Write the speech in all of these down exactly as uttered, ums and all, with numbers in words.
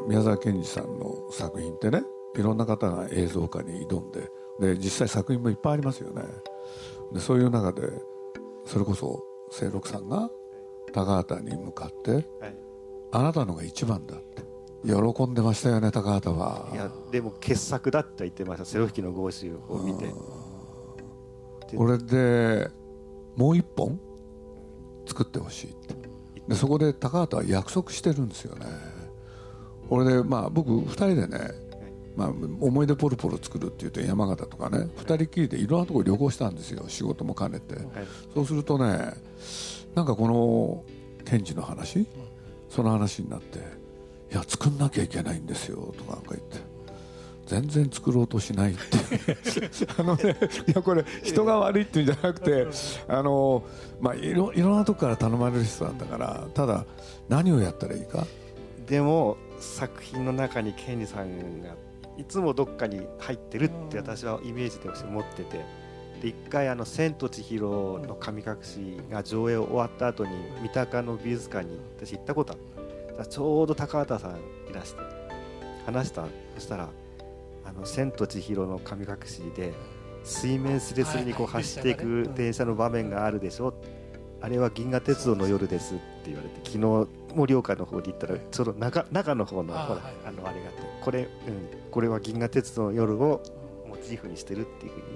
宮沢賢治さんの作品ってね、いろんな方が映像化に挑んで、で実際作品もいっぱいありますよね。でそういう中でそれこそ清六さんが高畑に向かって、はい、あなたのが一番だって喜んでましたよね、高畑は。 いやでも傑作だって言ってました。セロ弾きの号集を見て、 これでもう一本作ってほしいって。でそこで高畑は約束してるんですよね。これでまあ僕ふたりでね、まあ、思い出ポルポル作るっていうと山形とかね、ふたりきりでいろんなところ旅行したんですよ、仕事も兼ねて、はい、そうするとね、なんかこの賢治の話、その話になって、いや作んなきゃいけないんですよとかなんか言って、全然作ろうとしないってあのね、いやこれ人が悪いっていうんじゃなくて、あの、まあ、いろ、いろんなとこから頼まれる人なんだから、ただ何をやったらいいか。 でも作品の中に賢治さんがいつもどっかに入ってるって私はイメージとして思ってて、で一回あの千と千尋の神隠しが上映終わった後に三鷹の美術館に私行ったことあった。ちょうど高畑さんいらして話した。そしたらあの千と千尋の神隠しで水面すれすれにこう走っていく電車の場面があるでしょ、あれは銀河鉄道の夜ですって言われて、昨日盛岡の方に行ったらちょうど 中, 中の方のほらあのあれがあって、これ、うん、これは銀河鉄道の夜をモチーフにしてるっていうふうに。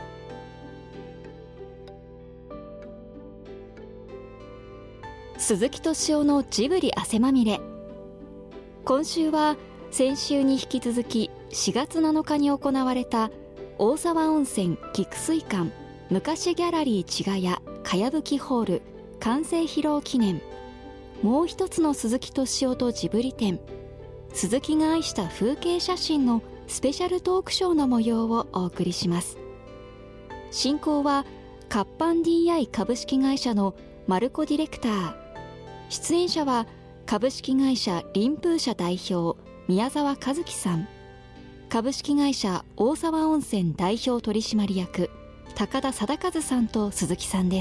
鈴木敏夫のジブリ汗まみれ。今週は先週に引き続きしがつなのかに行われた大沢温泉菊水館昔ギャラリー千ヶ谷かやぶきホール完成披露記念、もう一つの鈴木敏夫とジブリ展、鈴木が愛した風景写真のスペシャルトークショーの模様をお送りします。進行は活版 ディーアイ 株式会社の丸子ディレクター、出演者は株式会社林風社代表宮沢和樹さん、株式会社大沢温泉代表取締役高田貞和さんと鈴木さんです。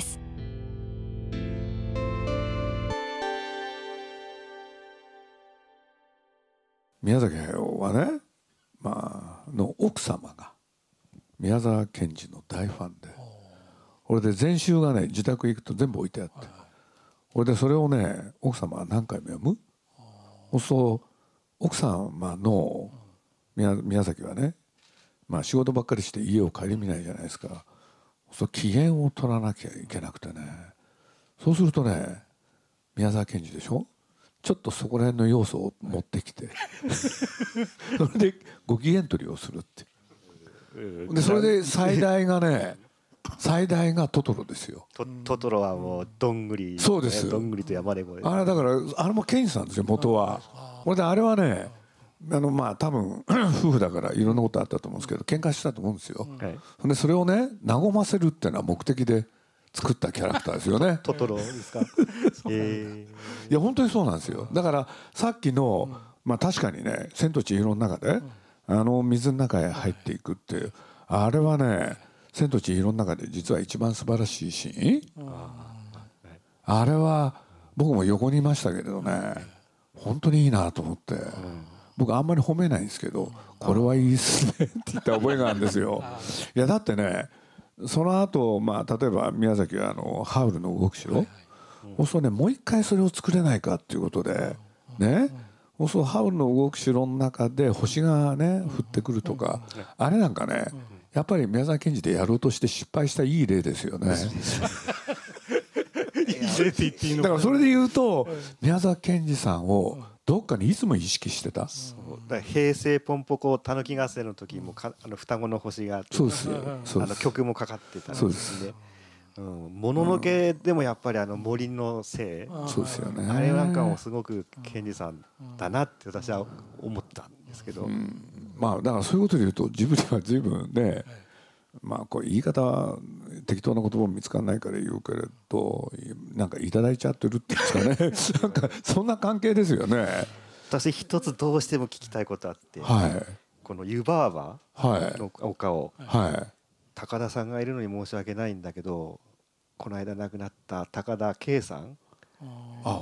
宮崎駿はね、まあ、の奥様が宮沢賢治の大ファンで、これで全集がね自宅行くと全部置いてあって、これでそれをね奥様は何回も読む。そうすると奥様の 宮, 宮崎はね、まあ、仕事ばっかりして家を顧みないじゃないですか。そう機嫌を取らなきゃいけなくてね、そうするとね宮沢賢治でしょ、ちょっとそこら辺の要素を持ってきてそれでご機嫌取りをするってで、それで最大がね最大がトトロですよ。 ト, トトロはもうどんぐり、ね、 そうです。 どんぐりと山でもあれだからあれも賢治さんですよ元は。これであれはね、あのまあ多分夫婦だからいろんなことあったと思うんですけど喧嘩したと思うんですよ、はい、でそれをね和ませるっていうのは目的で作ったキャラクターですよねトトロですかえー、いや本当にそうなんですよ。だからさっきの、まあ、確かにね千と千尋の中であの水の中へ入っていくっていう、あれはね千と千尋の中で実は一番素晴らしいシーン。あれは僕も横にいましたけれどね、本当にいいなと思って、僕あんまり褒めないんですけど、これはいいですねって言った覚えがあるんですよ。いやだってねその後、まあ例えば宮崎はあのハウルの動く城、そうするとねもう一回それを作れないかっていうことでね、そうするとハウルの動く城の中で星がね降ってくるとか、あれなんかねやっぱり宮沢賢治でやろうとして失敗したいい例ですよねだからそれで言うと宮沢賢治さんをどっかにいつも意識してた。 そうだ平成ポンポコたぬき合戦の時もかあの双子の星があって、 そうですよ、 あの曲もかかってたんですね。 そうです、 うん、もののけでもやっぱりあの森のせい、 そうですよね、 あれなんかもすごく賢治さんだなって私は思ったんですけど、うん、 まあだからそういうことで言うとジブリは随分ね、まあこれ言い方適当な言葉も見つからないから言うけれど、なんかいただいちゃってるっていうんですかねなんかそんな関係ですよね。 私一つどうしても聞きたいことあって、 はい、 この湯婆婆のお顔、 はいはい、 高田さんがいるのに申し訳ないんだけど、この間亡くなった高田圭さん、 あ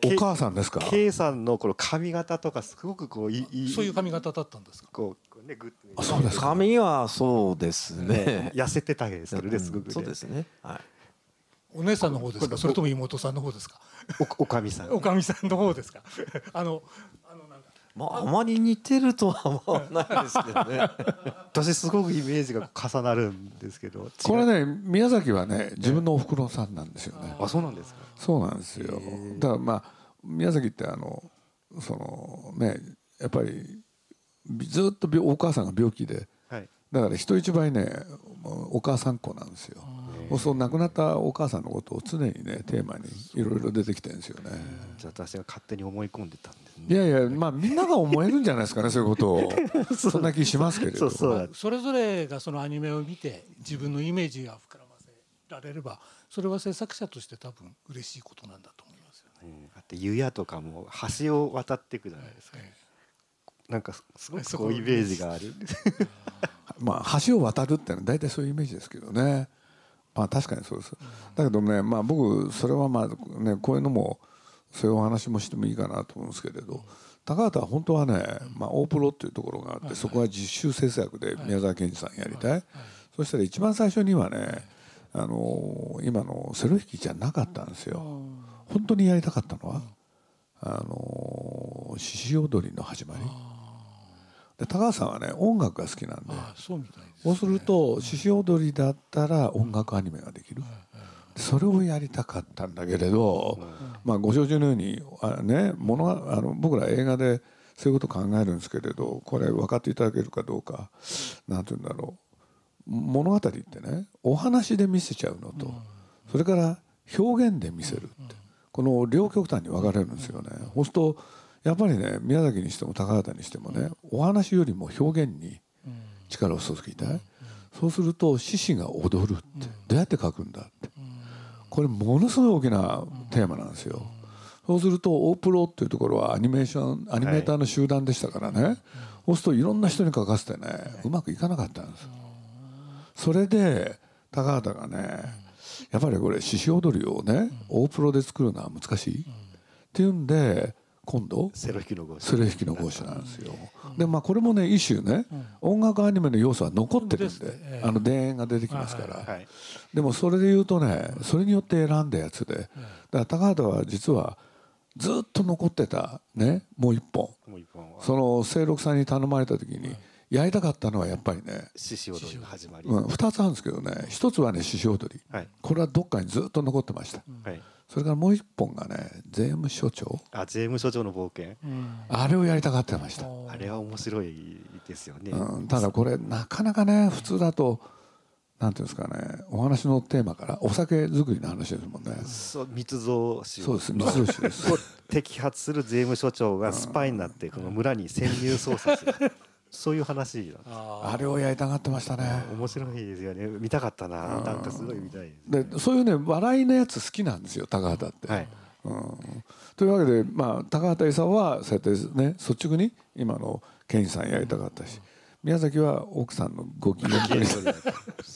お母さんですか。 K さんのこの髪型とかすごくこういいそういう髪型だったんですか。 こうこうねグッとあ、そうですか。 髪はそうですね。 ね痩せてたですけどねすごくね。 そうですね。はい。 お姉さんの方ですか、それとも妹さんの方ですか。 おおかみさん。 おかみさんの方ですか。あのあのなんかまああまり似てるとは思わないですけどね。 私すごくイメージが重なるんですけど。 これね、宮崎はね自分のおふくろさんなんですよね。 あ、そうなんですか。 そうなんですよ。だからまあ宮崎ってあのそのねやっぱりずっと病お母さんが病気で、 はい。 だから人一倍ねお母さん子なんですよ。そう亡くなったお母さんのことを常にねテーマにいろいろ出てきてるんですよね。 じゃあ私が勝手に思い込んでたんですね。 いやいや、まあみんなが思えるんじゃないですかね、そういうことを。そんな気しますけれど。 そうそうだ。 それぞれがそのアニメを見て自分のイメージが膨らませられれば、それは制作者として多分嬉しいことなんだと思いますよね。 うん、だって湯屋とかも橋を渡っていくじゃないですか。 えなんかすごくこうイメージがある。 まあ橋を渡るってのは大体そういうイメージですけどね。まあ確かにそうです。だけどね、まあ僕それはまあねこういうのもそういうお話もしてもいいかなと思うんですけれど、高畑は本当はね、まあ大プロっていうところがあって、そこは実習制作で宮沢賢治さんやりたい。そしたら一番最初にはね、あの今のセロ弾きじゃなかったんですよ。本当にやりたかったのはあの獅子踊りの始まり。で高橋さんはね音楽が好きなんで、 ああそうみたいですね。 そうすると獅子踊りだったら音楽アニメができる、それをやりたかったんだけれど、まあご承知のようにあ、ね、ものあの僕ら映画でそういうこと考えるんですけれど、これ分かっていただけるかどうか、なんていうんだろう、物語ってねお話で見せちゃうのと、それから表現で見せるって、この両極端に分かれるんですよね。そうするとやっぱりね宮崎にしても高畑にしてもね、お話よりも表現に力を注ぎたい。そうすると獅子が踊るってどうやって書くんだって、これものすごい大きなテーマなんですよ。そうするとオープロっていうところはアニメーションアニメーターの集団でしたからね、そうするといろんな人に書かせてねうまくいかなかったんです。それで高畑がねやっぱりこれ獅子踊りをねオープロで作るのは難しいっていうんで、今度セロ弾きの号セロ弾きの号手なんですよ。でまあこれもね一種ね、音楽アニメの要素は残ってるんで、あの田園が出てきますから、 はい。 でもそれで言うとねそれによって選んだやつで、だから高畑は実はずっと残ってたねもう一本、 もう一本はその清六さんに頼まれた時にやりたかったのはやっぱりね、 獅子踊りの始まり。 うん、ふたつあるんですけどね、一つはね獅子踊り、 はい。 これはどっかにずっと残ってました。 はい。 それからもう一本がね税務署長、 あ、税務署長の冒険。 あれをやりたがってました。 あれは面白いですよね。 うん、ただこれなかなかね普通だとなんていうんですかね、お話のテーマからお酒作りの話ですもんね。 そう密造酒そうです密造酒ですを摘発する税務署長がスパイになってこの村に潜入捜査する、そういう話なんです。 あれをやりたがってましたね。 面白いですよね。見たかったな。なんかすごい見たいです。 でそういうね笑いのやつ好きなんですよ高畑って、 はい。 うん、というわけで、まあ、高畑勲はそうやってね率直に今のケンさんやりたかったし、宮崎は奥さんのご機嫌取りそうなんだね。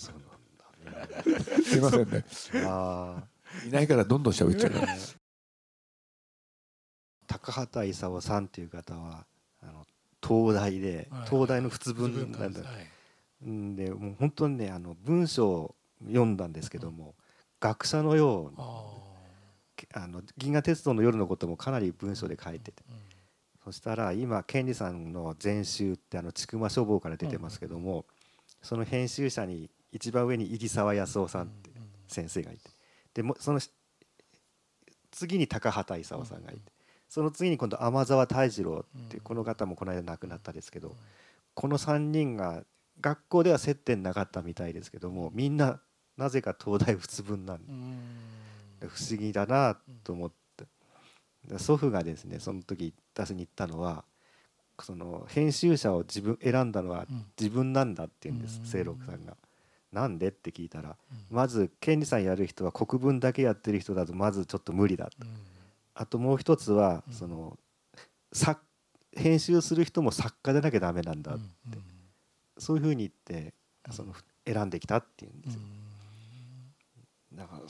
すいませんね、 ああ。 いないからどんどん喋っちゃうから高畑勲さんっていう方はあの東大で、 はい東大の仏文なんだ。んでもう本当にねあの文章を読んだんですけども、学者のようにあの銀河鉄道の夜のこともかなり文章で書いてて、そしたら今賢治さんの全集ってあの千曲書房から出てますけども、その編集者に一番上に入澤康夫さんって先生がいて、でもその次に高畑勲さんがいて、その次に今度天沢泰二郎っていうこの方もこの間亡くなったですけど、このさんにんが学校では接点なかったみたいですけども、みんななぜか東大仏文なんで不思議だなと思って、祖父がですねその時私に言ったのは、その編集者を自分選んだのは自分なんだって言うんです、清六さんが。なんでって聞いたら、まず賢治さんやる人は国文だけやってる人だとまずちょっと無理だと、あともう一つはその作編集する人も作家でなきゃダメなんだって、そういうふうに言ってその選んできたっていうんですよ。だから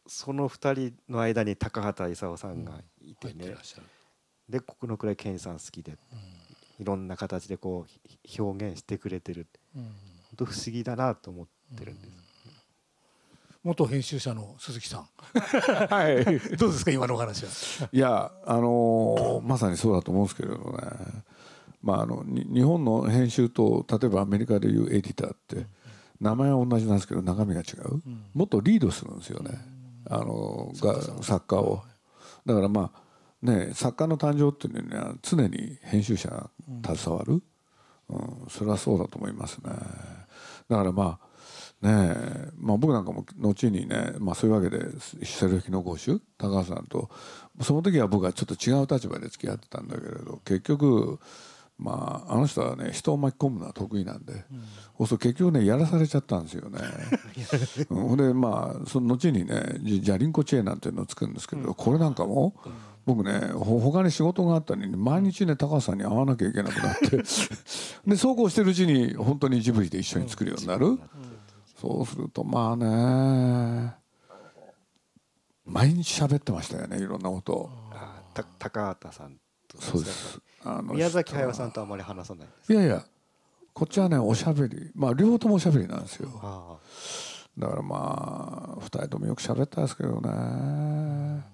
そのふたりの間に高畑勲さんがいてね、でこのくらい健二さん好きで、いろんな形でこう表現してくれてる、本当不思議だなと思ってるんです。 元編集者の鈴木さんはいどうですか今のお話は。 いやあのー、まさにそうだと思うんですけれどね、まあ、あの日本の編集と例えばアメリカでいうエディターって名前は同じなんですけど中身が違う、もっとリードするんですよね、あのが作家を。だからまあね、作家の誕生っていうのは常に編集者が携わる、うん、それはそうだと思いますね。だからまあねえ、まあ、僕なんかも後にね、まあ、そういうわけでセルフのご種高橋さんとその時は僕はちょっと違う立場で付き合ってたんだけれど、結局まああの人はね人を巻き込むのは得意なんで、うん、そうすると結局ねやらされちゃったんですよね。ほんでまあその後にねジャリンコチェーなんていうのを作るんですけど、うん、これなんかも僕ね他に仕事があったのに毎日ね高橋さんに会わなきゃいけなくなってでそうこうしてるうちに本当にジブリで一緒に作るようになる。そうするとまあね毎日喋ってましたよね、いろんなことを。 あた高畑さんとそうです。あの宮崎駿さんとあまり話さないんです。 いやいやこっちはねおしゃべり、まあ両方ともおしゃべりなんですよ。 あだからまあふたりともよく喋ったんですけどね。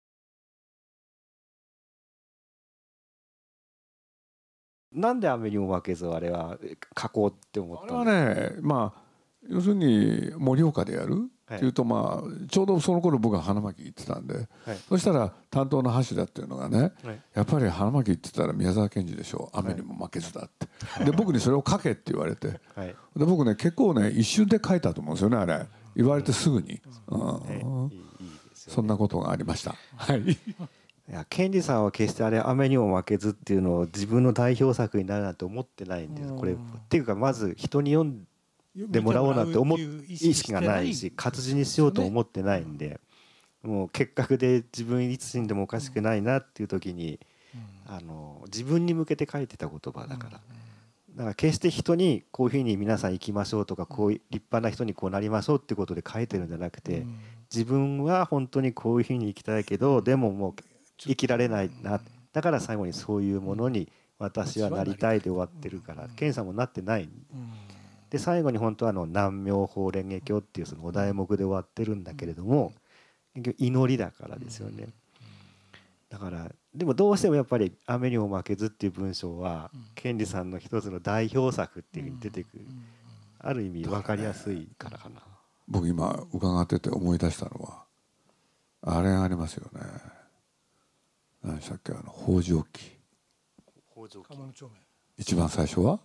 なんで雨にも負けずあれは書こうって思ったんですか。あれはねまあ要するに盛岡でやるっていうと、まあちょうどその頃僕は花巻行ってたんで、そしたら担当の橋田っていうのがね、やっぱり花巻行ってたら宮沢賢治でしょ、雨にも負けずだって、で僕にそれを書けって言われて、で僕ね結構ね一瞬で書いたと思うんですよね、あれ言われてすぐに、そんなことがありました。はい。いや賢治さんは決してあれ雨にも負けずっていうのを自分の代表作になるなんて思ってないんです。これっていうかまず人に読んでもらおうなんて思う意識がないし活字にしようと思ってないんで、もう結核で自分いつ死んでもおかしくないなっていう時にあの自分に向けて書いてた言葉だから、だから決して人にこういうふうに皆さん生きましょうとかこういう立派な人にこうなりましょうっていうことで書いてるんじゃなくて、自分は本当にこういうふうに生きたいけどでももう生きられないな、だから最後にそういうものに私はなりたいで終わってるから、健さんもなってない。で最後に本当はあの南妙法蓮華経っていうそのお題目で終わってるんだけれども、祈りだからですよね。だからでもどうしてもやっぱり「雨にも負けず」っていう文章は賢治さんの一つの代表作っていうふうに出てくる、ある意味分かりやすいからかな。 僕今伺ってて思い出したのはあれがありますよね。何でしたっけ、あの北条記。一番最初は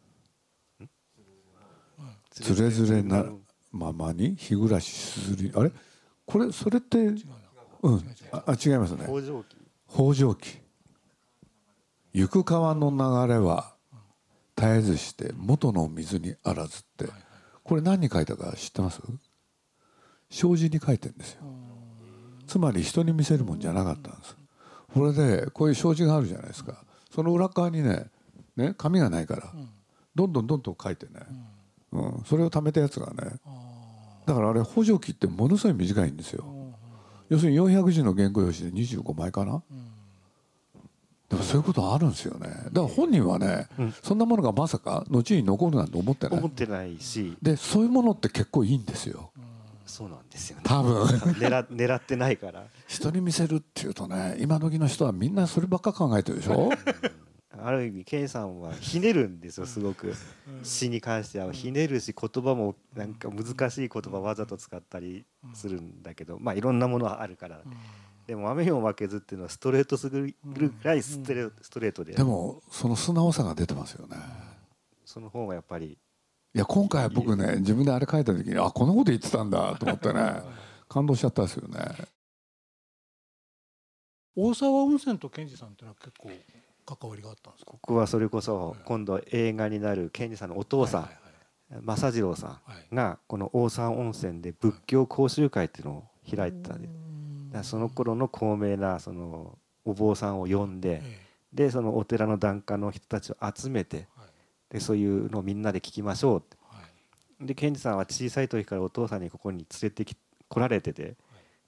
つれづれなままに日暮らしすずり、あれこれそれってうんああ違いますね。 北条記。 北条記。行く川の流れは絶えずして元の水にあらずって、これ何に書いたか知ってます？障子に書いてるんですよ。つまり人に見せるもんじゃなかったんです。これでこういう障子があるじゃないですか。その裏側にね、ね紙がないからどんどんどんどん書いてね、うん、それを貯めたやつがね、だからあれ北条記ってものすごい短いんですよ。要するによんひゃくじの原稿用紙でにじゅうごまいかな。でもそういうことあるんですよね。だから本人はね、うん、そんなものがまさか後に残るなんて思ってない。 思ってないし、 でそういうものって結構いいんですよ。 そうなんですよね。 多分狙狙ってないから。 人に見せるっていうとね、今時の人はみんなそればっか考えてるでしょ。 ある意味健さんはひねるんですよ、すごく。詩に関してはひねるし、言葉もなんか難しい言葉わざと使ったりするんだけど、まあいろんなものはあるから。でも雨にも負けずっていうのはストレートすぎるぐらいストレートで。 でもその素直さが出てますよね。 その方がやっぱり。 いや今回僕ね自分であれ書いた時にあこんなこと言ってたんだと思ってね感動しちゃったんですよね。 大沢温泉と賢治さんっていうのは結構関わりがあったんですか？ ここはそれこそ今度映画になる賢治さんのお父さん、正次郎さんがこの大沢温泉で仏教講習会っていうのを開いてたんです。その頃の高名なそのお坊さんを呼んで、でそのお寺の檀家の人たちを集めて、でそういうのをみんなで聞きましょうって。で賢治さんは小さい時からお父さんにここに連れてき来られてて、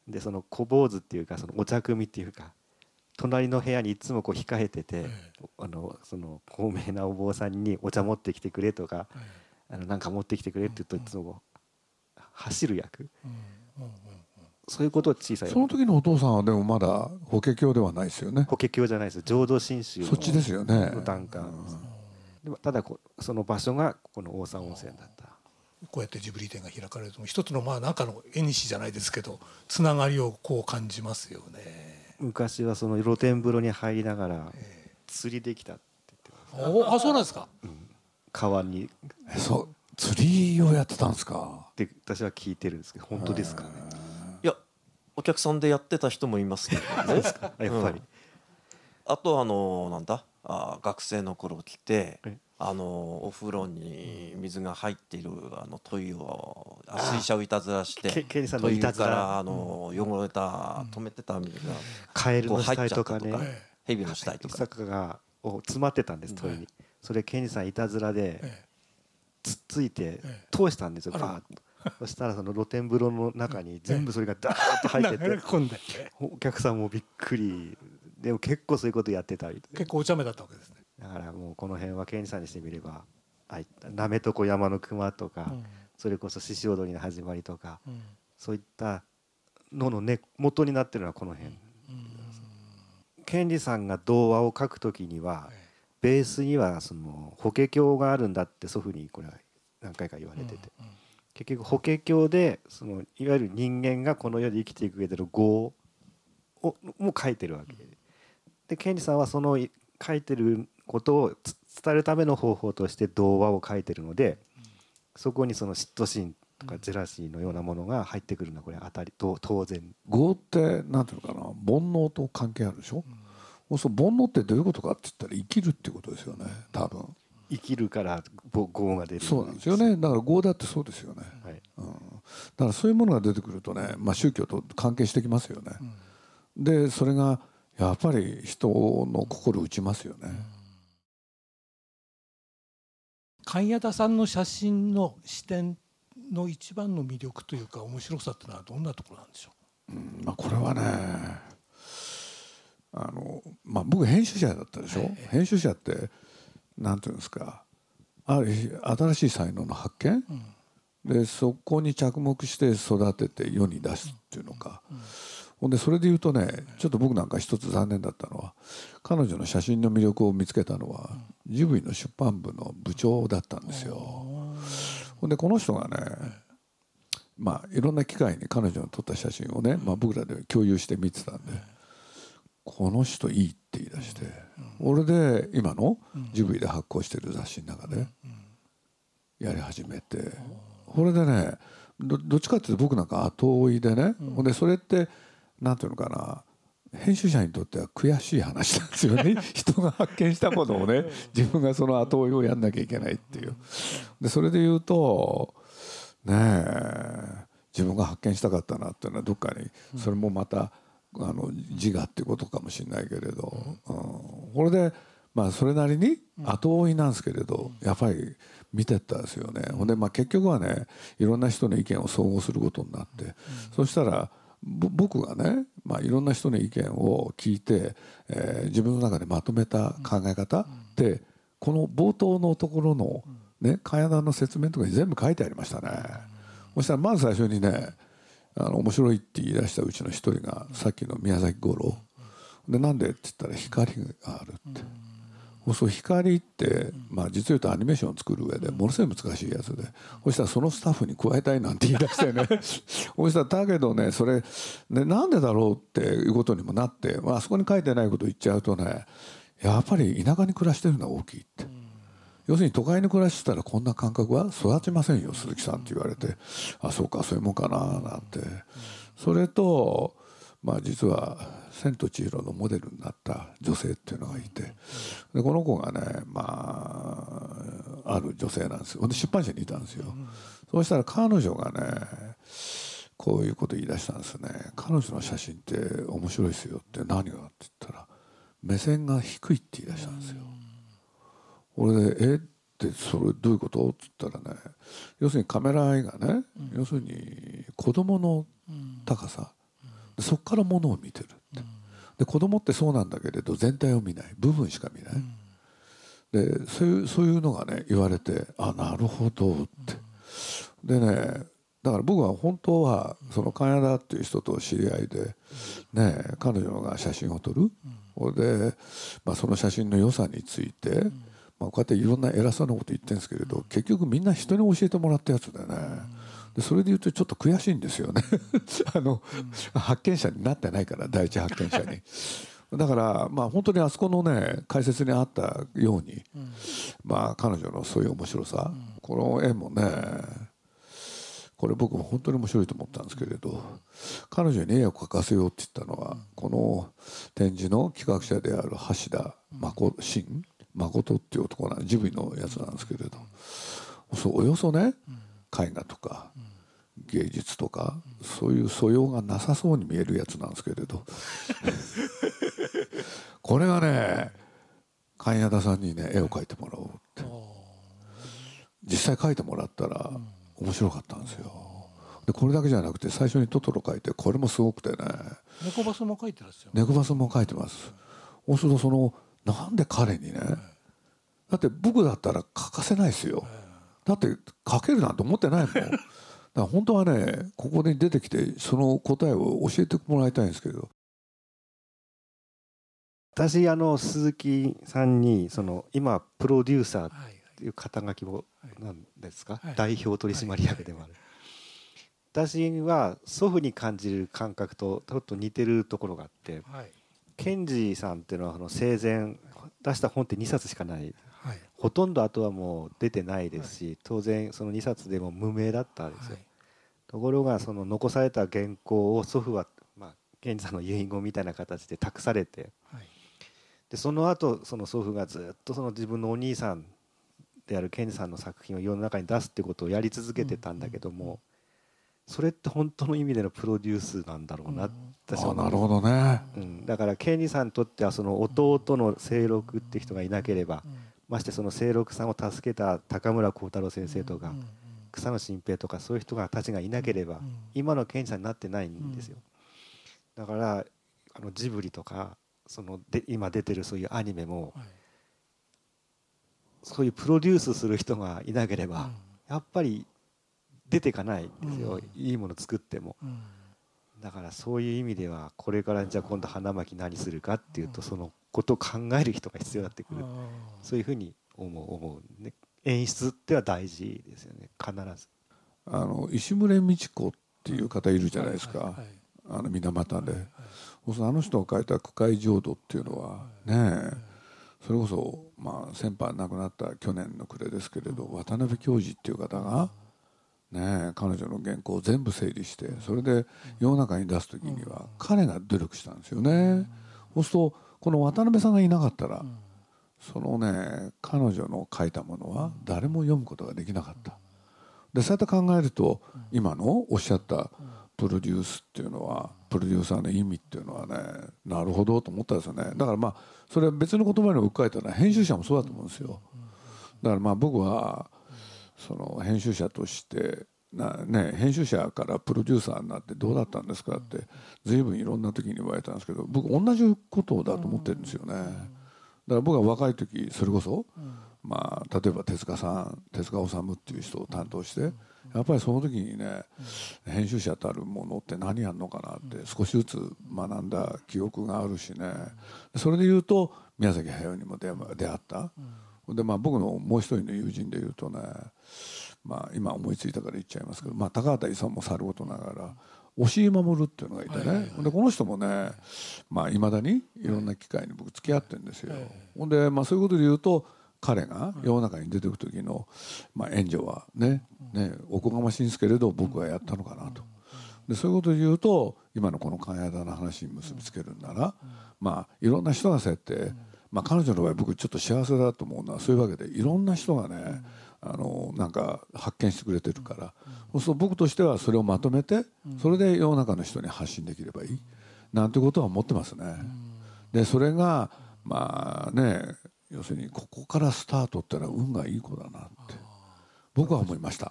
でその小坊主っていうかそのお茶組っていうか隣の部屋にいつもこう控えてて、あのその高名なお坊さんにお茶持ってきてくれとか、あのなんか持ってきてくれって言うといつも走る役、そういうことを小さいその時のお父さんはでもまだ法華経ではないですよね。 法華経じゃないです、浄土真宗のそっちですよね。 の檀家、でもただこその場所がここの大沢温泉だった。 こうやってジブリ展が開かれると一つのまあなんかの縁じゃないですけどつながりをこう感じますよね。 昔はその露天風呂に入りながら釣りできたって言ってます。 おあ、そうなんですか、 うん、川にえそう釣りをやってたんですか。 って私は聞いてるんですけど本当ですかね。 いやお客さんでやってた人もいますけどねやっぱり、うん、 あとあのなんだあ学生の頃来てあのお風呂に水が入っているあのトイを水車をいたずらしてケリーさんのいたずらトイからあの汚れた止めてた水がカエルの死体とかねヘビの死体とか坂がを詰まってたんですトイに。それケニーさんいたずらでつっついて通したんですよバーッと。そしたらその露天風呂の中に全部それがダーッと入っててお客さんもびっくりでも結構そういうことやってたり結構お茶目だったわけですね。 だからもうこの辺はケニーさんにしてみればあいったなめとこ山の熊とか、うん、それこそ獅子踊りの始まりとか、うん、そういったのの根元になってるのはこの辺、うん、ケンリさんが童話を書くときには、ベースにはその法華経があるんだって祖父にこれは何回か言われてて、うんうん、結局法華経でそのいわゆる人間がこの世で生きていく上での業をも書いてるわけで、でケンリさんはその書いてることを伝えるための方法として童話を書いてるので、そこにその嫉妬心とかジェラシーのようなものが入ってくるのはこれ当たり当然。 業ってなんていうのかな、煩悩と関係あるでしょ。うん、そう煩悩ってどういうことかって言ったら生きるっていうことですよね多分。 生きるから業が出る。 そうなんですよね。だから業だってそうですよね。はい、うん、だからそういうものが出てくるとね、まあ、宗教と関係してきますよね。うん、でそれがやっぱり人の心を打ちますよね。 神谷田さんの写真の視点の一番の魅力というか面白さってのはどんなところなんでしょう。うん、 まあ、これはねあの、まあ、僕編集者だったでしょ。はい、編集者ってなんていうんですか、ある新しい才能の発見、うん、でそこに着目して育てて世に出すっていうのか。うんうん、ほんでそれで言うとね、ちょっと僕なんか一つ残念だったのは、彼女の写真の魅力を見つけたのはジブリの出版部の部長だったんですよ。ほんでこの人がね、まあいろんな機会に彼女の撮った写真をね、まあ、僕らで共有して見てたんで、この人いいって言い出して、俺で今のジブリで発行してる雑誌の中でやり始めて、これでね ど, どっちかっていうと僕なんか後追いでね、ほんでそれってなんていうのかな、編集者にとっては悔しい話なんですよね。人が発見したものをね、自分がその後追いをやんなきゃいけないっていう。でそれで言うとねえ、自分が発見したかったなっていうのはどっかに、それもまたあの自我っていうことかもしれないけれど、うん、これでまあそれなりに後追いなんですけれど、やっぱり見てったんですよね。ほんでまあ結局はね、いろんな人の意見を総合することになって、そしたら僕がね、まあ、いろんな人の意見を聞いて、えー、自分の中でまとめた考え方ってこの冒頭のところのね、神谷田の説明とかに全部書いてありましたね。そしたらまず最初にね、あの面白いって言い出したうちの一人がさっきの宮崎五郎で、なんでって言ったら光があるって。そう光って、まあ、実を言うとアニメーションを作る上でものすごい難しいやつで、そしたらそのスタッフに加えたいなんて言い出してねそしたらだけどね、それね、なんでだろうっていうことにもなって、まあそこに書いてないことを言っちゃうとね、やっぱり田舎に暮らしてるのは大きいって。要するに都会に暮らしてたらこんな感覚は育ちませんよ鈴木さんって言われて、あ、そうか、そういうもんかななんて。それとまあ実は千と千尋のモデルになった女性っていうのがいて、でこの子がね、まあある女性なんですよ。で出版社にいたんですよ。そうしたら彼女がねこういうこと言い出したんですね。彼女の写真って面白いですよって。何がって言ったら、目線が低いって言い出したんですよ。俺でえってそれどういうことって言ったらね、要するにカメラ愛がね、要するに子供の高さでそこからものを見てるって、で子供ってそうなんだけれど全体を見ない、部分しか見ない、でそういう、そういうのがね言われて、あなるほどって、でねだから僕は本当はその金田っていう人と知り合いで、ね、彼女が写真を撮る、で、まあ、その写真の良さについて、まあ、こうやっていろんな偉そうなこと言ってるんですけれど、結局みんな人に教えてもらったやつだよね。でそれで言うとちょっと悔しいんですよねあの、発見者になってないから、第一発見者にだからまあ本当にあそこのね解説にあったように、まあ彼女のそういう面白さ、この絵もねこれ僕も本当に面白いと思ったんですけれど、彼女に絵を描かせようって言ったのはこの展示の企画者である橋田誠真誠っていう男なんで、ジブリのやつなんですけれど、そうおよそね絵画とか芸術とかそういう素養がなさそうに見えるやつなんですけれどこれがね金谷田さんにね絵を描いてもらおうって、実際描いてもらったら面白かったんですよ。でこれだけじゃなくて最初にトトロ描いて、これもすごくてね、 猫バスも描いてらっしゃる。 猫バスも描いてます。そうするとそのなんで彼にね、だって僕だったら描かせないですよ。だって描けるなんて思ってないもんだから本当はねここに出てきてその答えを教えてもらいたいんですけど、 私あの鈴木さんにその今プロデューサーっていう肩書きもなんですか、 はい、 代表取締役でもある、私は祖父に感じる感覚とちょっと似てるところがあって、はい、賢治さんっていうのはその生前出した本ってにさつしかない、はい、ほとんどあとはもう出てないですし、はい、当然そのにさつでも無名だったんですよ、はい、ところがその残された原稿を祖父は、まあ、賢治さんの遺言みたいな形で託されて、はい、でその後その祖父がずっとその自分のお兄さんである賢治さんの作品を世の中に出すってことをやり続けてたんだけども、うんうんうん、それって本当の意味でのプロデュースなんだろうなって私は思う。 あ、なるほどね、 うん、だから賢治さんにとってはその弟の清六って人がいなければ、ましてその清六さんを助けた高村光太郎先生とか草野心平とかそういう人がたちがいなければ今の賢治さんになってないんですよ。だからあのジブリとかそので今出てるそういうアニメも、はい、そういうプロデュースする人がいなければ、うん、やっぱり出ていかないんですよ、うん、いいもの作っても、うん、だからそういう意味ではこれからじゃあ今度花巻何するかっていうと、うん、そのことを考える人が必要になってくる、うん、そういうふうに思う、思うね。演出っては大事ですよね、必ず。 あの石牟礼道子っていう方いるじゃないですか、はいはいはい、あの水俣で、はいはい、あの人が書いた「句会浄土」っていうのはね、それこそまあ先般亡くなった去年の暮れですけれど、渡辺教授っていう方がね彼女の原稿を全部整理してそれで世の中に出す時には彼が努力したんですよね。そうするとこの渡辺さんがいなかったらそのね彼女の書いたものは誰も読むことができなかった。でそうやって考えると今のおっしゃったプロデュースっていうのはプロデューサーの意味っていうのはね、なるほどと思ったんですよね。だからまあそれは別の言葉に置き換えたら編集者もそうだと思うんですよ。だからまあ僕はその編集者としてな、ね、編集者からプロデューサーになってどうだったんですかって随分いろんな時に言われたんですけど、僕同じことだと思ってるんですよね。だから僕は若い時それこそまあ例えば手塚さん手塚治虫っていう人を担当してやっぱりその時にね、うん、編集者たるものって何やるのかなって少しずつ学んだ記憶があるしね、うん、それで言うと宮崎駿にも出会った、うん、でまあ僕のもう一人の友人で言うとね、まあ今思いついたから言っちゃいますけど、まあ高畑勲もさることながら押井守っていうのがいてね、はいはいはい、でこの人もねまあ未だにいろんな機会に僕付き合ってるんですよ、はいはいはい、でまあそういうことで言うと彼が世の中に出てくる時の、まあ、援助はね、ねおこがましいんですけれど僕がやったのかなと。でそういうことで言うと今のこの金谷田の話に結びつけるんなら、まあいろんな人がそうやって、まあ、彼女の場合僕ちょっと幸せだと思うのはそういうわけでいろんな人がねあのなんか発見してくれてるからそうすると僕としてはそれをまとめてそれで世の中の人に発信できればいいなんてことは思ってますね。でそれがまあね要するにここからスタートってのは運がいい子だなって僕は思いました。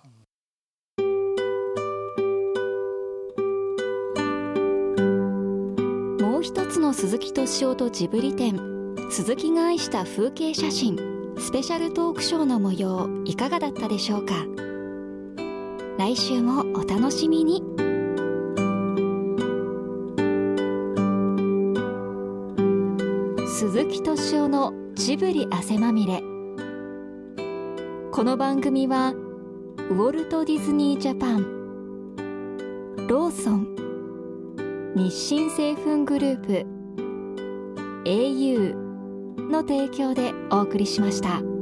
一つの鈴木敏夫とジブリ展、鈴木が愛した風景写真スペシャルトークショーの模様、いかがだったでしょうか。来週もお楽しみに。鈴木敏夫のジブリ汗まみれ。この番組はウォルト・ディズニー・ジャパン、ローソン、日清製粉グループ、エーユー の提供でお送りしました。